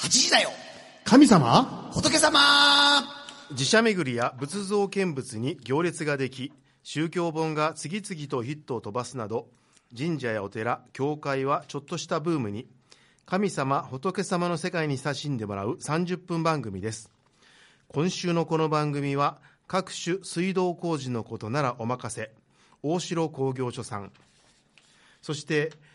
8時だよ。 神様、 仏様。 寺社巡りや仏像見物に行列ができ、宗教本が次々とヒットを飛ばすなど、神社やお寺、教会はちょっとしたブームに、神様、仏様の世界に親しんでもらう30分番組です。今週のこの番組は、各種水道工事のことならお任せ、大城工業所さん。そして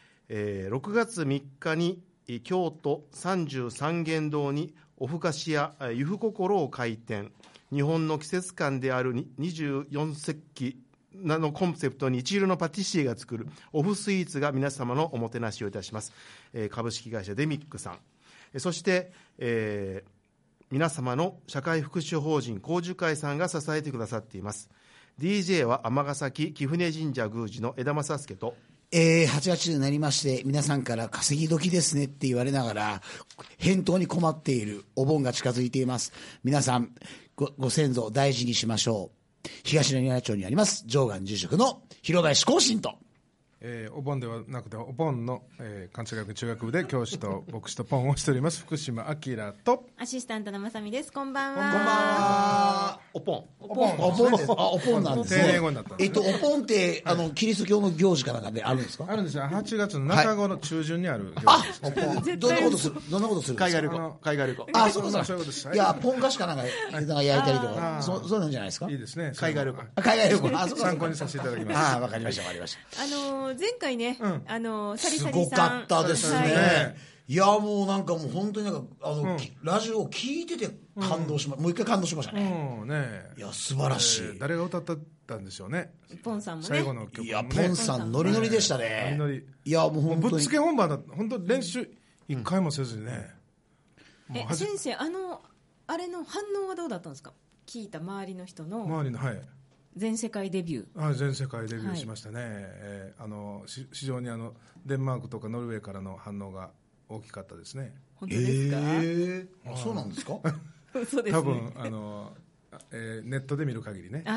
、6月3日に京都33間堂におふかしやゆふ心を開店。日本の季節感である24節気のコンセプトに一流のパティシエが作るオフスイーツが皆様のおもてなしをいたします。株式会社デミックさん、そして、皆様の社会福祉法人光樹会さんが支えてくださっています。 DJ は尼崎貴船神社宮司の枝正助と、 8月になりまして、皆さんから稼ぎ時ですねって言われながら返答に困っているお盆が近づいています。皆さん ご先祖を大事にしましょう。東根宮町にあります上岸住職の広林光信と、 お盆ではなくてお盆の、関西学院中学部で教師と牧師とポンをしております福島明とアシスタントのまさみです。こんばんは。 こんばんは。 おぽんです。お盆なんですね。 丁寧語になった。 お盆ってキリスト教の行事かなんかであるんですか？ あるんですよ。8月の中頃の中旬にある行事です。 お盆どんなことするんですか？ 海外旅行。 そういうことです。 いやポン菓子かなんか焼いたりとかそうなんじゃないですか？ いいですね。 海外旅行。 参考にさせていただきます。 わかりました。 前回ね、サリすサリさんごかったですね。いやもうなんかもう本当にラジオを聞いてて感動しま、もう一回感動しましたね。いや素晴らしい。 誰が歌ったんでしょうね。 ポンさんもね。 最後の曲。 いやポンさんノリノリでしたね。いやもう本当にぶっつけ本番だ。本当練習一回もせずにね。 先生あれの反応はどうだったんですか？聞いた周りの人の。全世界デビュー。 全世界デビューしましたね。非常にデンマークとかノルウェーからの反応が大きかったですね。 本当ですか？ そうなんですか？ そうですね。 多分ネットで見る限りね。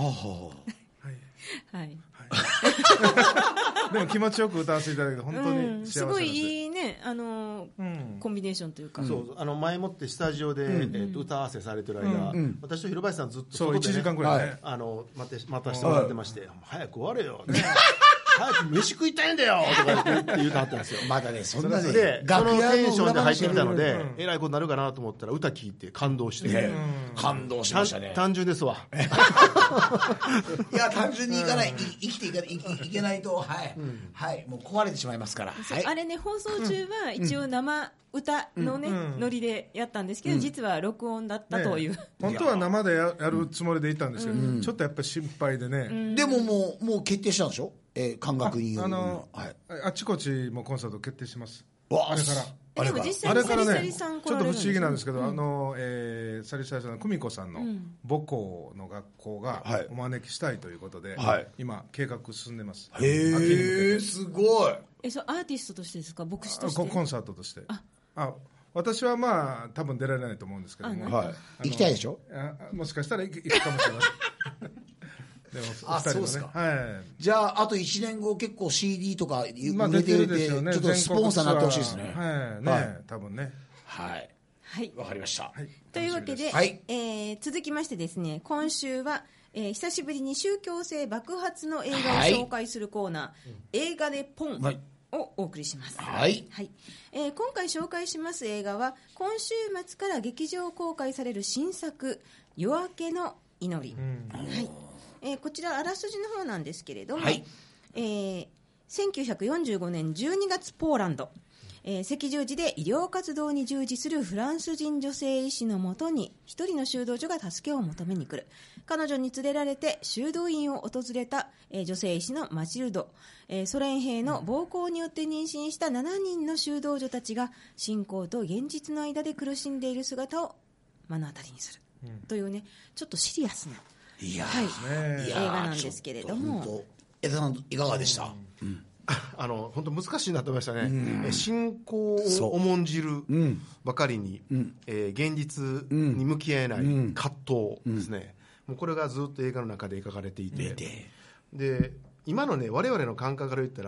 でも気持ちよく歌わせていただいて本当に幸せすごいいいねコンビネーションというか。 そう前もってスタジオで歌合わせされてる間、私と広林さんずっとそう1時間くらいね待たせてもらってまして、早く終われよ。早く飯食いたいんだよとか言うてはったんですよ。 まだねそんなねでそのテンションで入ってきたのでえらいことになるかなと思ったら歌聞いて感動して感動しましたね。 単純ですわ。 いや単純に生きていけないともう壊れてしまいますから。 あれね放送中は一応生歌のねノリでやったんですけど実は録音だったという。 本当は生でやるつもりでいたんですけどちょっとやっぱり心配でね。 でももう決定したんでしょ？感覚にあちこちもコンサート決定します。 あれから実際にサリサリさんちょっと不思議なんですけどサリサリさんの久美子さんの母校の学校がお招きしたいということで今計画進んでます。 へえすごい。 そうアーティストとしてですか？牧師として？ コンサートとして。私はまあ多分出られないと思うんですけども行きたいでしょ？ もしかしたら行くかもしれません。 そうですか。じゃああと1年後結構 CD とか売れてるでちょっとスポンサーになってほしいですね。 多分ね。 わかりました。 というわけで続きましてですね今週は久しぶりに宗教性爆発の映画を紹介するコーナー映画でポンをお送りします。今回紹介します映画は今週末から劇場公開される新作夜明けの祈り。こちらあらすじの方なんですけれども、1945年12月ポーランド、赤十字で医療活動に従事するフランス人女性医師のもとに一人の修道女が助けを求めに来る。彼女に連れられて修道院を訪れた、女性医師のマチルド、ソ連兵の暴行によって妊娠した7人の修道女たちが信仰と現実の間で苦しんでいる姿を目の当たりにする、というねちょっとシリアスな映画なんですけれども、 江田さんいかがでした？ 本当難しいなと思いましたね。信仰を重んじるばかりに現実に向き合えない葛藤ですね。もうこれがずっと映画の中で描かれていて、で今のね我々の感覚から言ったら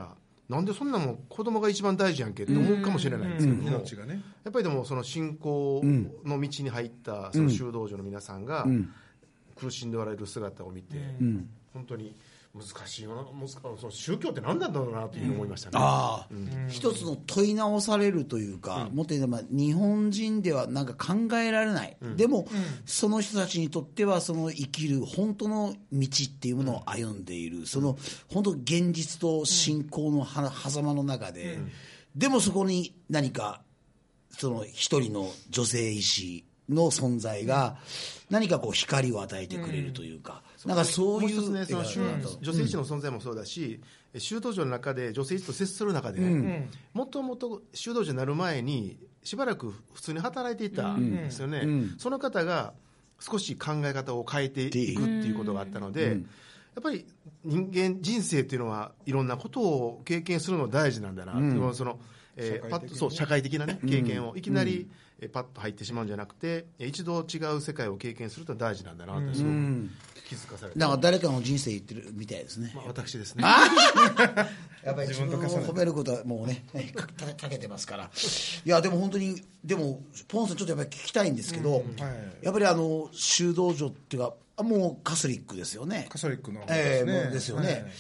なんでそんなもん子供が一番大事やんけって思うかもしれないんですけども、 命がね、 やっぱりでもその信仰の道に入ったその修道女の皆さんが苦しんでおられる姿を見て、本当に難しいよな、その宗教って何なんだろうなというふうに思いましたね。 一つの問い直されるというか、もっと言えば日本人ではなんか考えられない、でも、その人たちにとってはその生きる本当の道っていうものを歩んでいる、その本当現実と信仰の狭間の中で、でもそこに何かその一人の女性医師の存在が何かこう光を与えてくれるというか、なんかそういう、 もう一つね、その女性医師の存在もそうだし、修道女の中で女性医師と接する中でね、もともと修道女になる前にしばらく普通に働いていたんですよね。その方が少し考え方を変えていくっていうことがあったので、やっぱり人生っていうのはいろんなことを経験するのが大事なんだな、その社会的な、ね、経験をいきなりパッと入ってしまうんじゃなくて、一度違う世界を経験すると大事なんだなってすごく気づかされた。 なんか誰かの人生言ってるみたいですね。 私ですね。 やっぱり自分を褒めることはもうねかけてますから。いやでも本当にでもポンさんちょっとやっぱり聞きたいんですけど、やっぱり修道女っていうかもうカソリックですよね。 カソリックのですね。 ですよね。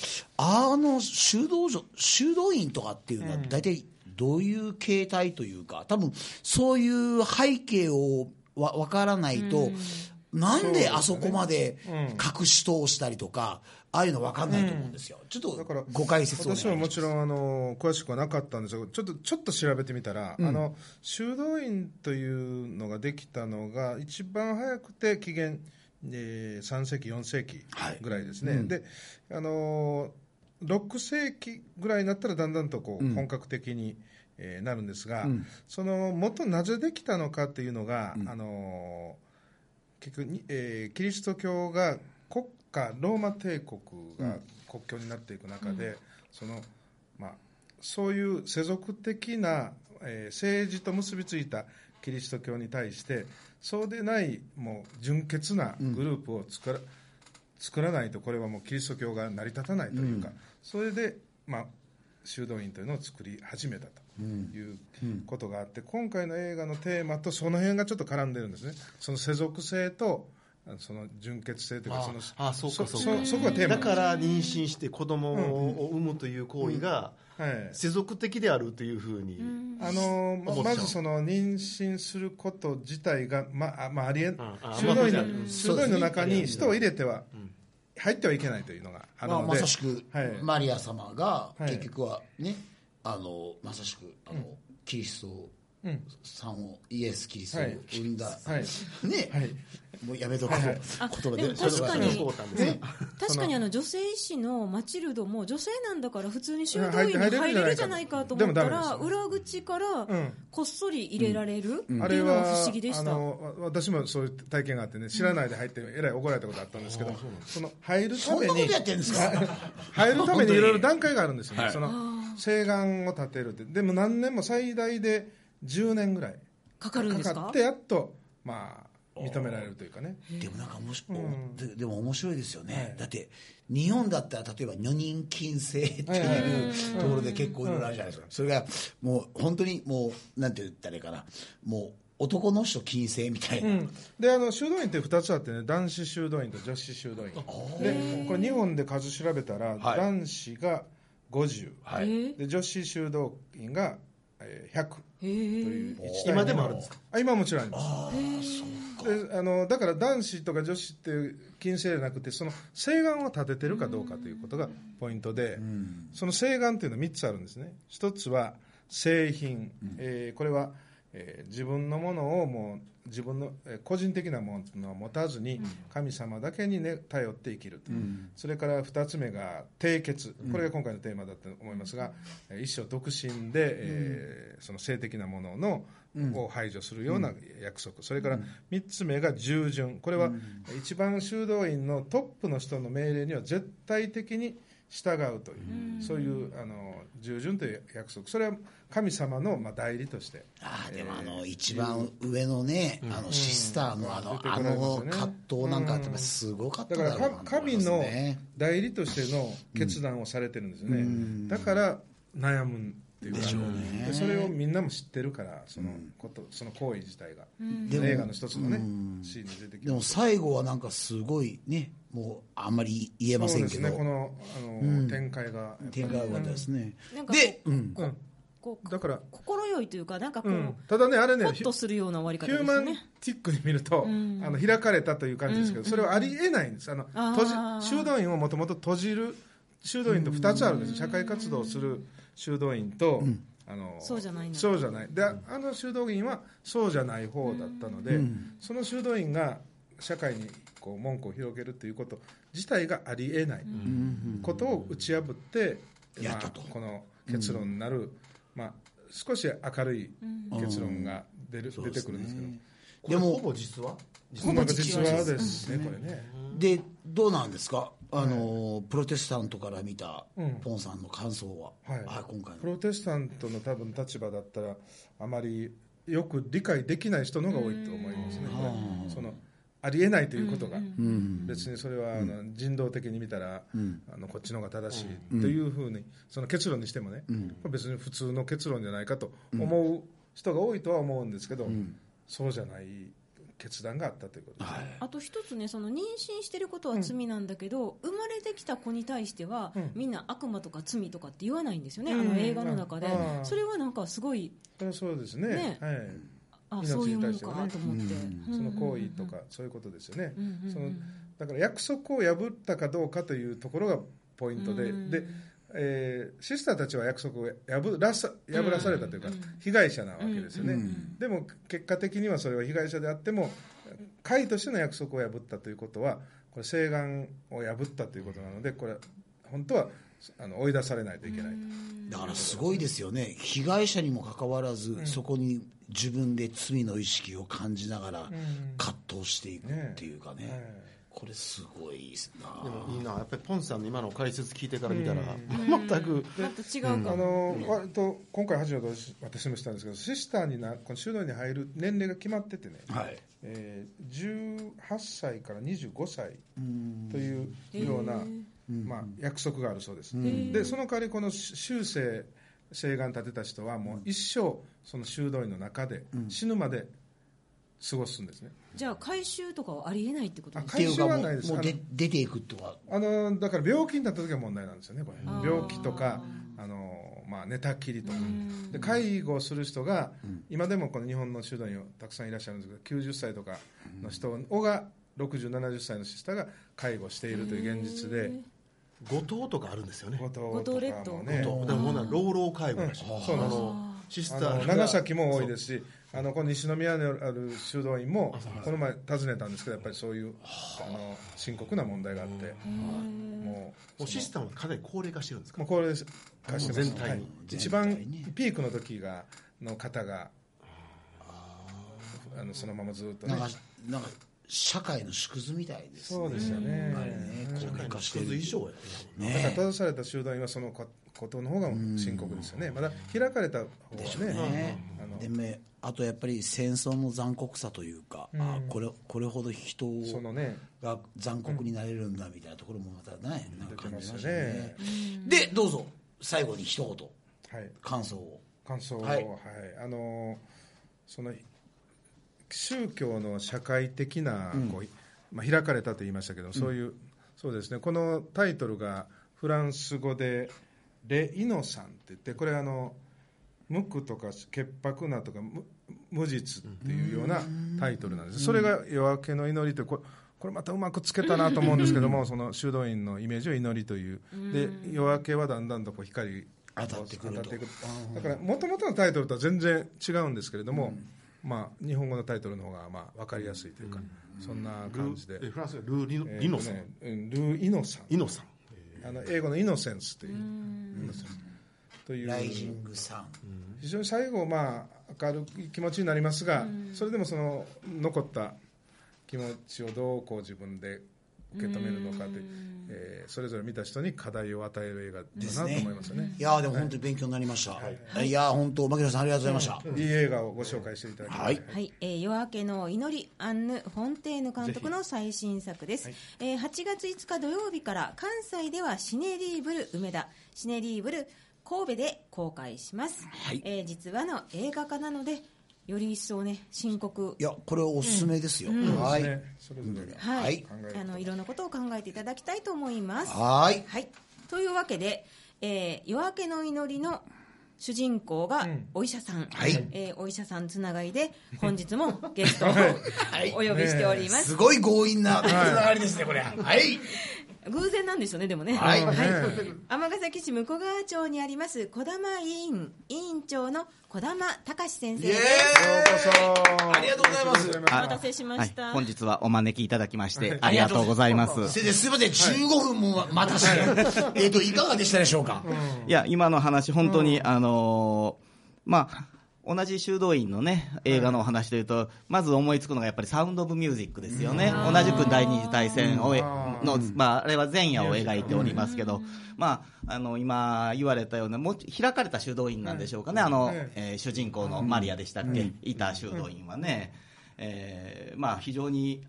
修道院とかっていうのは大体どういう形態というか、多分そういう背景をわからないと、なんであそこまで隠し通したりとか、ああいうの分かんないと思うんですよ。ちょっとご解説をお願いします。 私ももちろん詳しくはなかったんですけど、ちょっと調べてみたら、修道院というのができたのが一番早くて紀元3世紀4世紀ぐらいですね。で6世紀ぐらいになったらだんだんとこう本格的になるんですが、その元なぜできたのかっていうのが、結局キリスト教が国家ローマ帝国が国教になっていく中で、そういう世俗的な、政治と結びついたキリスト教に対してそうでないもう純潔なグループを作らないと、これはもうキリスト教が成り立たないというか、それで、修道院というのを作り始めたということがあって、今回の映画のテーマとその辺がちょっと絡んでるんですね。その世俗性とその純潔性というか、そこがテーマだから妊娠して子供を産むという行為が世俗的であるというふうにまずその妊娠すること自体がありえ修道院の中に人を入れては入ってはいけないというのがあるので、 まさしく、マリア様が結局はね、まさしくキリストさんをイエス・キリストを生んだ、ね、もうやめとこう言葉で。 確かに女性医師のマチルドも女性なんだから普通に修道院に入れるじゃないかと思ったら、裏口からこっそり入れられるっていうのが不思議でした。 私もそういう体験があってね、知らないで入ってえらい怒られたことあったんですけど、その入るために入るためにいろいろ段階があるんですよね。その誓願を立てるって、でも何年も最大で10年ぐらいかかるんですか？ かかってやっと認められるというかね。 でもなんかでも面白いですよね。だって日本だったら例えば女人禁制っていうところで結構いろいろあるじゃないですか。それがもう本当にもうなんて言ったらいいかな、もう男の人禁制みたいな。 で修道院って2つあってね、男子修道院と女子修道院で、これ日本で数調べたら、男子が50、で女子修道院が100という今でもあるんですか？ 今もちろんあります。でだから男子とか女子っていう禁制じゃなくて、その誓願を立ててるかどうかということがポイントで、その誓願というのは3つあるんですね。1つは誠品、これは、自分のものをもう自分の個人的なものを持たずに神様だけに、頼って生きると、それから2つ目が貞潔、これが今回のテーマだと思いますが、一生独身で、その性的なものを排除するような約束、それから3つ目が従順、これは一番修道院のトップの人の命令には絶対的に従うという、そういう従順という約束、それは神様の代理として。 でも一番上のね、シスターの葛藤なんかってすごかっただから神の代理としての決断をされてるんですよね。だから悩むっていうかでしょうね。 でそれをみんなも知ってるからその行為自体が、映画の一つのねシーンに出てきて、 でも最後はなんかすごいね、もうあんまり言えませんけど、 そうですね、この展開が展開が良かったですね。 なんかで、 こうだから心よいというか、なんかこう、 ただねあれねホッとするような終わりヒューマン方ですよね。 ティックに見ると、開かれたという感じですけど、それはありえないんです。修道院をもともと閉じる修道院と2つあるんです。社会活動をする修道院と、 そうじゃないの。 そうじゃないで、修道院はそうじゃない方だったので、その修道院が社会にこう門戸を広げるということ自体がありえないことを打ち破って、この結論になる、少し明るい結論が出てくるんですけど、 でもほぼ実話実話ですね、これね。 でどうなんですか、プロテスタントから見たポンさんの感想は、今回のプロテスタントの多分立場だったらあまりよく理解できない人の方が多いと思いますね。そのありえないということが、別にそれは人道的に見たら、こっちの方が正しいというふうにその結論にしてもね、別に普通の結論じゃないかと思う人が多いとは思うんですけど、そうじゃない決断があったということですね。 あと一つね、その妊娠してることは罪なんだけど、生まれてきた子に対しては、みんな悪魔とか罪とかって言わないんですよね、映画の中で。それはなんかすごい、 そうですね、 そういうもんかと思って、 その行為とかそういうことですよね。だから約束を破ったかどうかというところがポイントで、シスターたちは約束を破らされたというか、被害者なわけですよね。でも結果的にはそれは被害者であっても、会としての約束を破ったということは、これ誓願を破ったということなので、これ本当は追い出されないといけない。 だからすごいですよね。被害者にもかかわらず、そこに自分で罪の意識を感じながら葛藤していくっていうかね、これすごいですな。 でもいいな、やっぱりポンさんの今の解説聞いてから見たら、全くまた違うか割と今回初めて私もしたんですけど、シスターにこの修道院に入る年齢が決まっててね、18歳から25歳というような、約束があるそうです。でその代わりこの誓願立てた人はもう一生その修道院の中で死ぬまで過ごすんですね。 じゃあ回収とかはありえないってことですか？ 回収はないです。 もう出ていくとはだから病気になった時は問題なんですよね、これ。病気とか寝たきりとかで、介護する人が、今でもこの日本の修道院たくさんいらっしゃるんですけど、90歳とかの人が60、70歳のシスターが介護しているという現実で、 五島とかあるんですよね。 五島列島でも老老介護だし、 そうなんです。 シスター長崎も多いですし、この西宮にある修道院もこの前訪ねたんですけど、やっぱりそういう深刻な問題があって、もうシスターもかなり高齢化してるんですか？ もう高齢化してます。 全体に、 一番ピークの時の方がそのままずっとね、 なんか社会の縮図みたいですね。 そうですよね。 高齢化してる以上やね。だから閉ざされた修道院はそのことの方が深刻ですよね。まだ開かれた方はね。 でもあとやっぱり戦争の残酷さというか、これほど人が残酷になれるんだみたいなところもまたね、なんか感じましたね。でどうぞ最後に一言、感想を。 その宗教の社会的な開かれたと言いましたけど、そうですね、このタイトルがフランス語でレ・イノサンって言って、これ無垢とか潔白なとか無実っていうようなタイトルなんです。それが夜明けの祈りという、これまたうまくつけたなと思うんですけども、その修道院のイメージを祈りというで、夜明けはだんだんと光当たってくると。 だから元々のタイトルとは全然違うんですけれども、日本語のタイトルの方が分かりやすいというか、そんな感じで。 フランスでルー・イノさん、 ルー・イノさん、英語のイノセンスというライジングさん、 非常に最後明るい気持ちになりますが、それでもその残った気持ちをどうこう自分で受け止めるのかという、それぞれ見た人に課題を与える映画だなと思いますね。 いやでも本当に勉強になりました。いや本当牧野さんありがとうございました。 いい映画をご紹介していただきました。 夜明けの祈り、アンヌ・フォンテーヌ監督の最新作です。8月5日土曜日から関西ではシネリーブル梅田、シネリーブル神戸で公開します、実話の映画化なのでより一層ね深刻。 いやこれおすすめですよ、はい、 それぞれはい、いろんなことを考えていただきたいと思います。 はい、 というわけで、夜明けの祈りの主人公がお医者さん、お医者さんつながりで本日もゲストをお呼びしております。 すごい強引なつながりですねこれ。 偶然なんですよねでもね。尼崎市向川町にあります児玉医院委員長の児玉隆先生です。 ありがとうございます。 お待たせしました、 本日はお招きいただきましてありがとうございます。 先生すいません15分も待たしていかがでしたでしょうか。 いや今の話本当に同じ修道院のね映画のお話というとまず思いつくのがやっぱりサウンド・オブ・ミュージックですよね。同じく第二次大戦のあれは前夜を描いておりますけど、今言われたようなもう開かれた修道院なんでしょうかね。主人公のマリアでしたっけ、いた修道院はね、非常に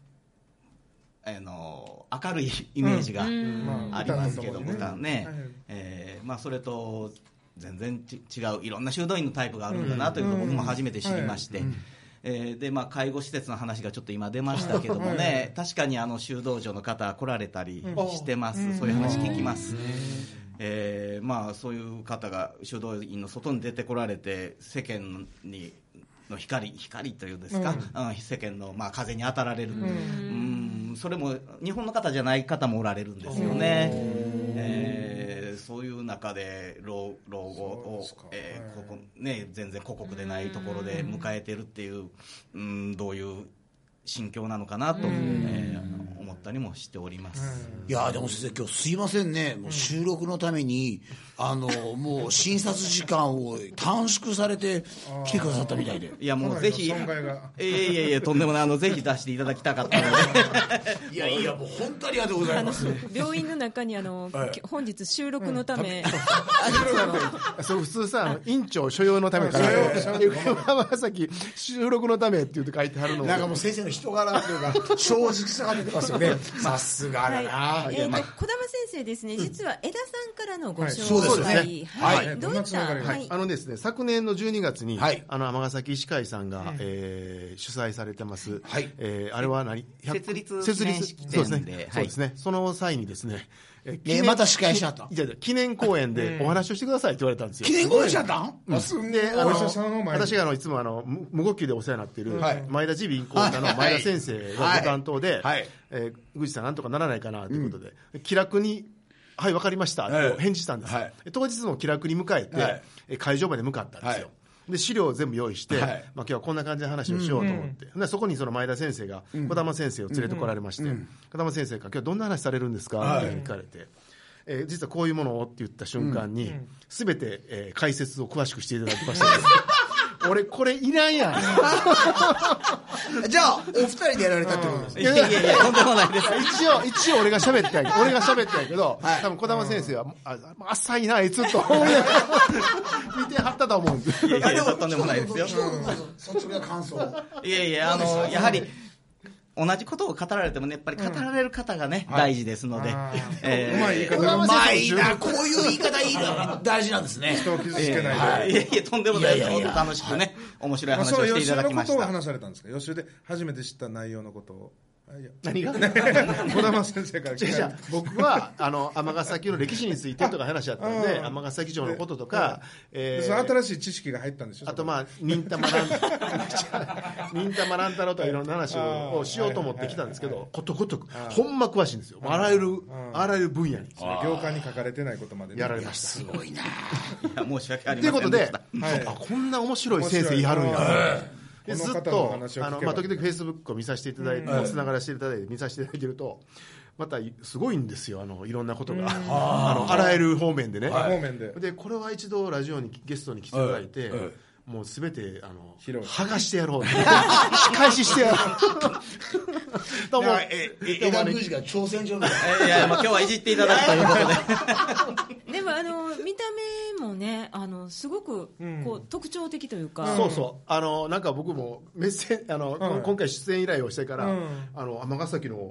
明るいイメージがありますけどもね、それと全然違ういろんな修道院のタイプがあるんだなというのを僕も初めて知りまして、で介護施設の話がちょっと今出ましたけどもね、確かに修道女の方来られたりしてます、そういう話聞きます。そういう方が修道院の外に出てこられて世間にの光というんですか、世間の風に当たられる、それも日本の方じゃない方もおられるんですよね。そういう中で老後を、ここね、全然故国でないところで迎えてるっていう、どういう心境なのかなと、思ったりもしております。 いやでも先生今日すいませんね、もう収録のためにもう診察時間を短縮されて来てくださったみたいで。 いやもうぜひとんでもないぜひ出していただきたかったのでいやもう本当ありがとうございます。 病院の中に本日収録のため、 そう普通さ院長所用のためから尼崎収録のためって言って書いてあるのなんかもう先生の人柄というか正直さが出てますよね。さすがだな。 児玉先生ですね、実は江田さんんからのご紹介、 そうですね、 はい、どういった、 ですね、昨年の12月に、尼崎医師会さんが、主催されてます、あれは設立そうですね、その際にですね、 また司会しちゃった。 記念公演でお話をしてくださいって言われたんですよ。 記念公演しちゃったん？ で、私がいつも無呼吸でお世話になっている前田耳鼻咽喉科の前田先生がご担当で、郡司さんなんとかならないかなということで、気楽にはい分かりましたと返事したんです。当日も気楽に迎えて会場まで向かったんですよ。で資料を全部用意して、今日はこんな感じで話をしようと思って、でそこにその前田先生が児玉先生を連れてこられまして、児玉先生から今日はどんな話されるんですかって聞かれて、実はこういうものをって言った瞬間に、全て、解説を詳しくしていただきました俺これいらんやんじゃあお二人でやられたってことですか？ いやとんでもないです。 一応俺が喋ったんやけど、多分児玉先生は浅いなあいつと見てはったと思うんです。 いやとんでもないですよ。 そっちが感想。 いややはり同じことを語られてもね、やっぱり語られる方がね、大事ですので、 うまいな、こういう言い方大事なんですね。 人を傷つけないで。いやとんでもないです。楽しくね、面白い話をしていただきました。 予習のことを話されたんですか？予習で初めて知った内容のことを。 何が児玉先生から聞いた。僕は尼崎の歴史についてとか話だったので、尼崎城のこととか、 新しい知識が入ったんでしょ。 あと忍たま乱太郎とかいろんな話をしようと思ってきたんですけど、ことごとくほんま詳しいんですよ。あらゆる分野に行間に書かれてないことまでやられました。 すごいな。 申し訳ありませんでした。 ということで、こんな面白い先生いはるんや。ずっと時々フェイスブックを見させていただいて、つながらせていただいて見させていただいてると、またすごいんですよ、いろんなことがあらゆる方面でね。でこれは一度ラジオにゲストに来ていただいて、もうすべて剥がしてやろう仕返ししてやろうと思って枝宮司が挑戦状みたいな。 いや今日はいじっていただくということででも見た目もねすごくこう特徴的というか、 そうなんか僕も今回出演依頼をしてから尼崎の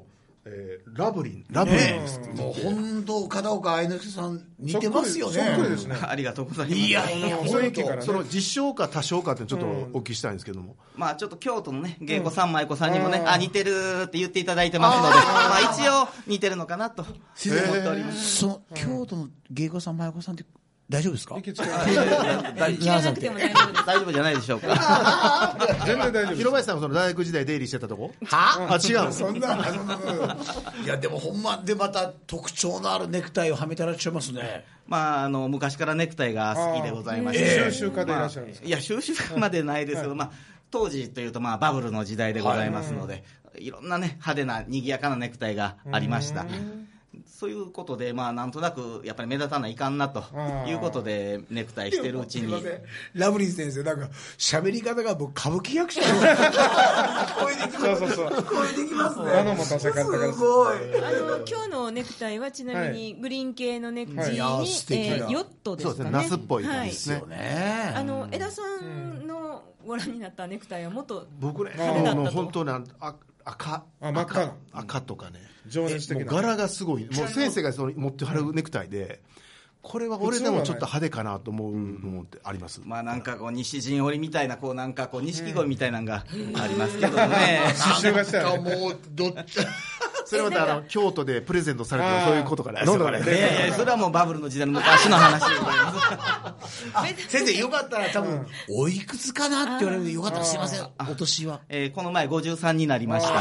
ラブリンです、 もう本当片岡愛之助さん似てますよね。 そっくりですね。 ありがとうございます。 いや雰囲気からね。 その実証か多少かってちょっとお聞きしたいんですけども、 まあちょっと京都のね芸妓さん舞妓さんにもね、似てるって言っていただいてますので、まあ一応似てるのかなと思っております。 その京都の芸妓さん舞妓さんって大丈夫ですか？ 切らなくても大丈夫です。 大丈夫じゃないでしょうか。 全然大丈夫。 広林さんはその大学時代出入りしてたとこ？ は違う。 そんな。いやでもほんまでまた特徴のあるネクタイをはめてらっしゃいますね。 まあ昔からネクタイが好きでございまして、 収集家でいらっしゃるんですか？ いや収集家までないですけど、まあ当時というとまあバブルの時代でございますので、いろんなね派手な賑やかなネクタイがありました。そういうことで、まあ、なんとなくやっぱり目立たないかんなということでネクタイしてるうちに。 ラブリン先生なんか喋り方が僕歌舞伎役者の聞こえてきます。 そう聞こえてきますね。 も達者かったからすごい。 今日のネクタイはちなみにグリーン系のネクタイに、 はい素敵なヨットですかね。 そうですね、ナスっぽい感じですね。 江田さんのご覧になったネクタイはもっと僕ね、 もう本当に赤とかね、 情熱的なもう柄がすごい。もう先生がその持ってはるネクタイで、これは俺でもちょっと派手かなと思うのってあります。 まあなんかこう西陣織みたいなこうなんかこう錦鯉みたいなのがありますけどね。 刺繍がしたよね。 もうどっち。 それまた京都でプレゼントされたそういうことからですよね。 いやいやそれはもうバブルの時代の昔の話でございます。先生よかったら多分おいくつかなって言われるんでよかったらすいません。お年は。 この前53になりました。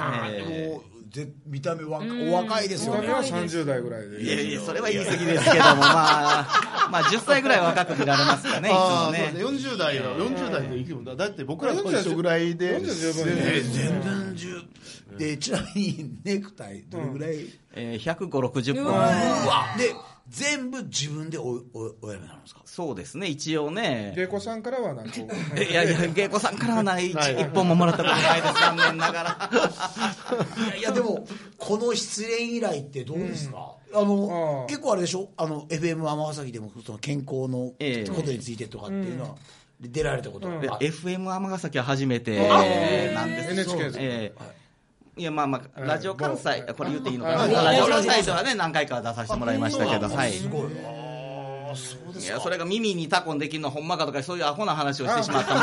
見た目はお若いですよね。 見た目は30代ぐらいで。 いやいやそれは言い過ぎですけども、まあ10歳ぐらい若く見られますかね。いつもね。 40代でいくもんだ。だって僕らと一緒ぐらいで。 全然でちなみにネクタイどれぐらい ？150、60本。 で全部自分でおやめになるんですか？ そうですね一応ね。 芸妓さんからはなんかいや芸妓さんからはない一本ももらったことないです残念ながら。 いやでもこの失恋以来ってどうですか？結構あれでしょFM 尼崎でもその健康のことについてとかっていうのは出られたこと。 FM 尼崎は初めてなんです。 NHK です。 いやまあラジオ関西これ言っていいのかな。ラジオ関西ではね何回か出させてもらいましたけど、はい。 すごい。 いやそれが耳にタコンできるのほんまかとかそういうアホな話をしてしまったも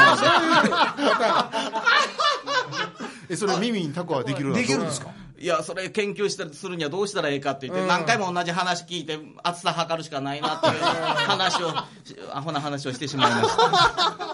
ので。それ耳にタコはできるんですか？ いやそれ研究するにはどうしたらいいかって言って何回も同じ話聞いて厚さ測るしかないなっていう話をアホな話をしてしまいました。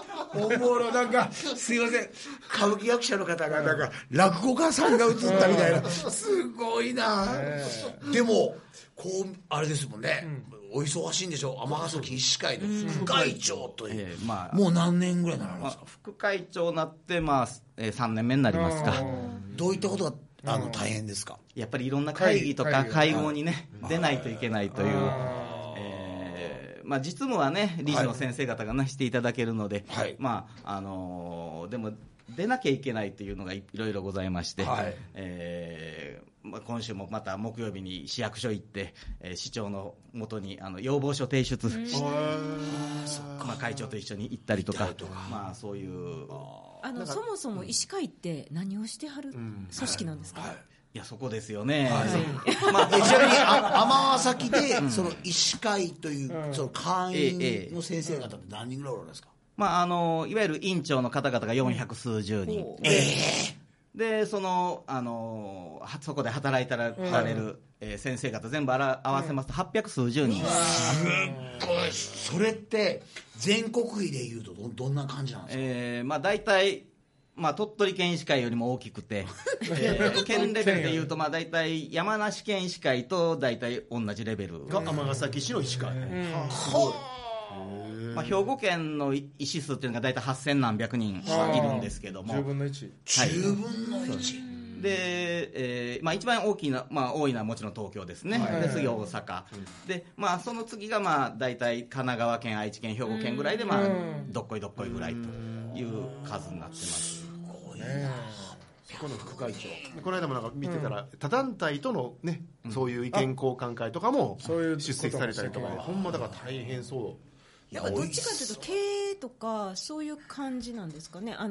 おもろなんかすいません歌舞伎役者の方がなんか落語家さんが映ったみたいなすごいな。でもこうあれですもんね、お忙しいんでしょう。尼崎医師会の副会長という、もう何年ぐらいになるんですか？ 副会長になって3年目になりますか。 どういったことが大変ですか？ やっぱりいろんな会議とか会合にね出ないといけないという。実務はね理事の先生方がねしていただけるので、でも出なきゃいけないというのがいろいろございまして、今週もまた木曜日に市役所行って、市長のもとに要望書提出会長と一緒に行ったりとか、そういうそもそも医師会って何をしてはる組織なんですか？ いやそこですよね。 ちなみに尼崎でその医師会というその会員の先生方って何人ぐらいおられるんですか？ いわゆる院長の方々が400数十人、でそこで働いてられる、先生方全部合わせますと800数十人。 すごい。それって全国比でいうとどんな感じなんですか？ 大体鳥取県医師会よりも大きくて、県レベルでいうと大体山梨県医師会と大体同じレベルが尼崎市の医師会。すごい。 兵庫県の医師数っていうのが大体8000何百人いるんですけども、 10分の1。 10分の1。 で、一番多いのはもちろん東京ですね。で次大阪、でその次が大体神奈川県愛知県兵庫県ぐらいでどっこいどっこいぐらいという数になってます。 すごいな。 この副会長この間もなんか見てたら、他団体とのねそういう意見交換会とかも出席されたりとか、ほんまだから大変そう。 やっぱどっちかというと経営とかそういう感じなんですかね。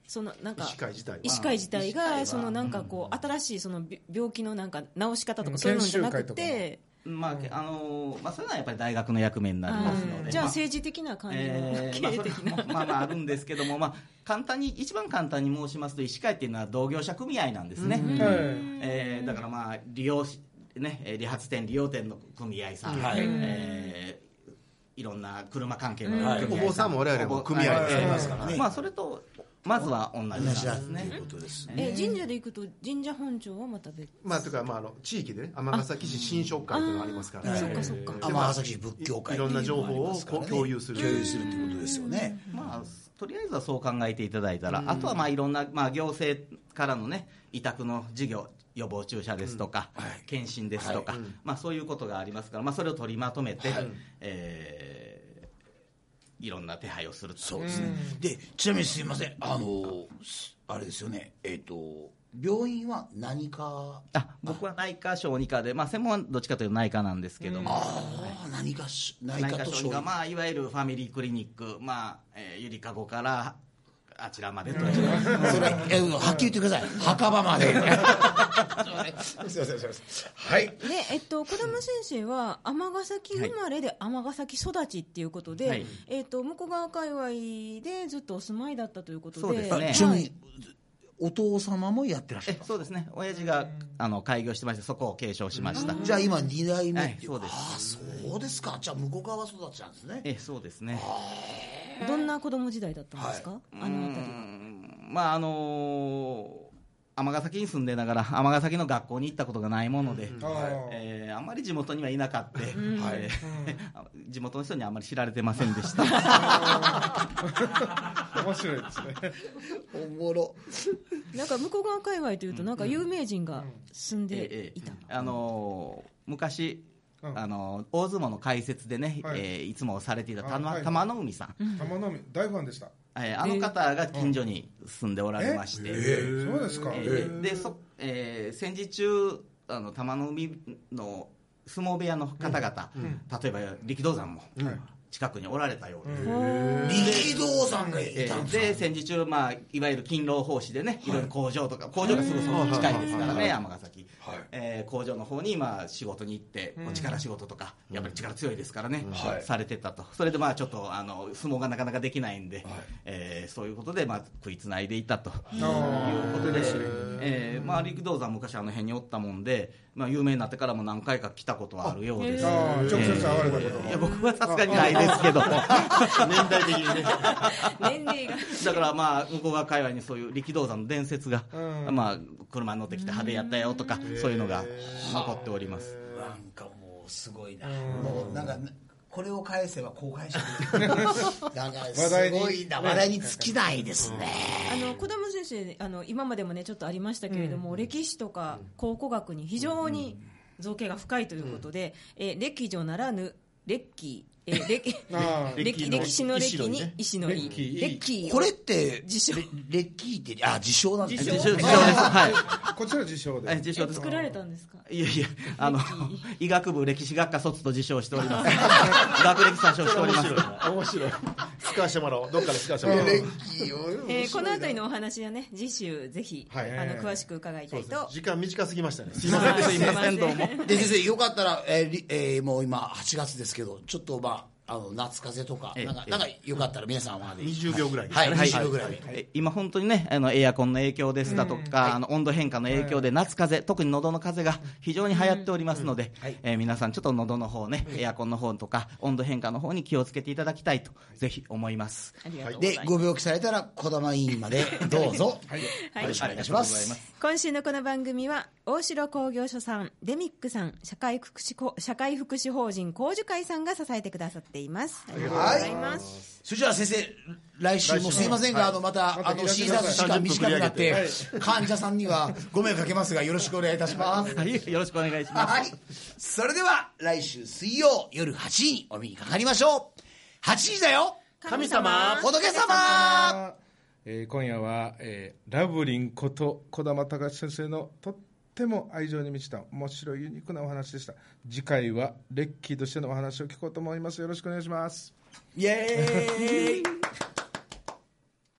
そのなんか医師会自体がそのなんかこう新しいその病気のなんか治し方とかそういうのじゃなくて、そういうのはやっぱり大学の役目になりますので、 じゃあ政治的な感じの経営的なあるんですけども、一番簡単に申しますと医師会っていうのは同業者組合なんですね。だから理髪店利用店の組合さん、いろんな車関係の組合さん、 お坊さんも我々も組合ですからね。 それとまずは同じですね。 神社で行くと神社本庁はまた別。 というか地域でね、尼崎市神職会というのがありますから。 そっかそっか。 尼崎市仏教会いろんな情報を共有するっていうことですよね。 とりあえずはそう考えていただいたら、あとはいろんな行政からのね委託の事業、予防注射ですとか、検診ですとか、そういうことがありますから、それを取りまとめて、いろんな手配をすると。 そうですね。で、ちなみにすいません、あれですよね、病院は何科？ 僕は内科小児科で、専門はどっちかというと内科なんですけども、 内科と小児科、いわゆるファミリークリニック、ゆりかごからあちらまでとそれはっきり言ってください、墓場まで。すいません。はい。 で、児玉先生は尼崎生まれで尼崎育ちっていうことで、向川界隈でずっとお住まいだったということで。 そうですね。 ちなみにお父様もやってらっしゃる？ そうですね。親父が開業してまして、そこを継承しました。 じゃあ今2代目っていう。 そうです。 そうですか。じゃあ向川育ちなんですね。 そうですね。 どんな子供時代だったんですか？あの辺りは。尼崎に住んでながら尼崎の学校に行ったことがないもので、あんまり地元にはいなかった、地元の人にあんまり知られてませんでした。 面白いですね。 おもろ。 なんか向こう側界隈というとなんか有名人が住んでいた。 昔大相撲の解説でね、いつもされていた玉の海さん。 玉の海大ファンでした。 あの方が近所に住んでおられまして、 そうですか。 で戦時中玉の海の相撲部屋の方々、例えば力道山も近くにおられたようで、 力道山がいたんですか。 で戦時中、いわゆる勤労奉仕でね、いろいろ工場がすぐそこに近いですからね、尼崎。工場の方に仕事に行って、力仕事とかやっぱり力強いですからね、されてたと。それでちょっと相撲がなかなかできないんで、そういうことで食いつないでいたということで、力道山昔あの辺におったもんで、有名になってからも何回か来たことはあるようです。 直接会われたことは。 いや僕はさすがにないですけど年代的にね。 年齢が。 だから向こう側界隈にそういう力道山の伝説が、車に乗ってきて派手やったよとか、そういうのが残っております。 なんかもうすごいな。もうなんかこれを返せば公開してる。なんかすごいな、話題に尽きないですね。 児玉先生今までもねちょっとありましたけれども、歴史とか考古学に非常に造詣が深いということで、歴女ならぬ歴史の歴に石のい歴。 これって歴って自称なんですか？ 自称です。はい。 こちら自称で。 自称です。 作られたんですか？ いや医学部歴史学科卒と自称しております。学歴詐称しております。 面白い。使わせてもらおう。どっかで使わせてもらおう。 この後のお話はね次週ぜひ詳しく伺いたいと。 時間短すぎましたね。 すいませんどうも。 で先生よかったらもう今8月ですけどちょっと夏風邪とかなんかよかったら皆さんは 20秒ぐらい。 はい、20秒ぐらい。 今本当にねエアコンの影響ですだとか温度変化の影響で夏風邪、特に喉の風邪が非常に流行っておりますので、皆さんちょっと喉の方ね、エアコンの方とか温度変化の方に気をつけていただきたいとぜひ思います。 でご病気されたら児玉委員までどうぞよろしくお願いします。 今週のこの番組は大城工業所さん、デミックさん、社会福祉法人光樹会さんが支えてくださっています。ありがとうございます。 それじゃあ先生来週もすいませんが、また診察時間短くなって患者さんにはご迷惑かけますがよろしくお願いいたします。 よろしくお願いします。 それでは来週水曜夜8時にお耳にかかりましょう。8時だよ神様仏様。 今夜は、ラブリンこと児玉隆先生のとっても愛情に満ちた面白いユニークなお話でした。次回はレッキーとしてのお話を聞こうと思います。よろしくお願いします。 イエーイ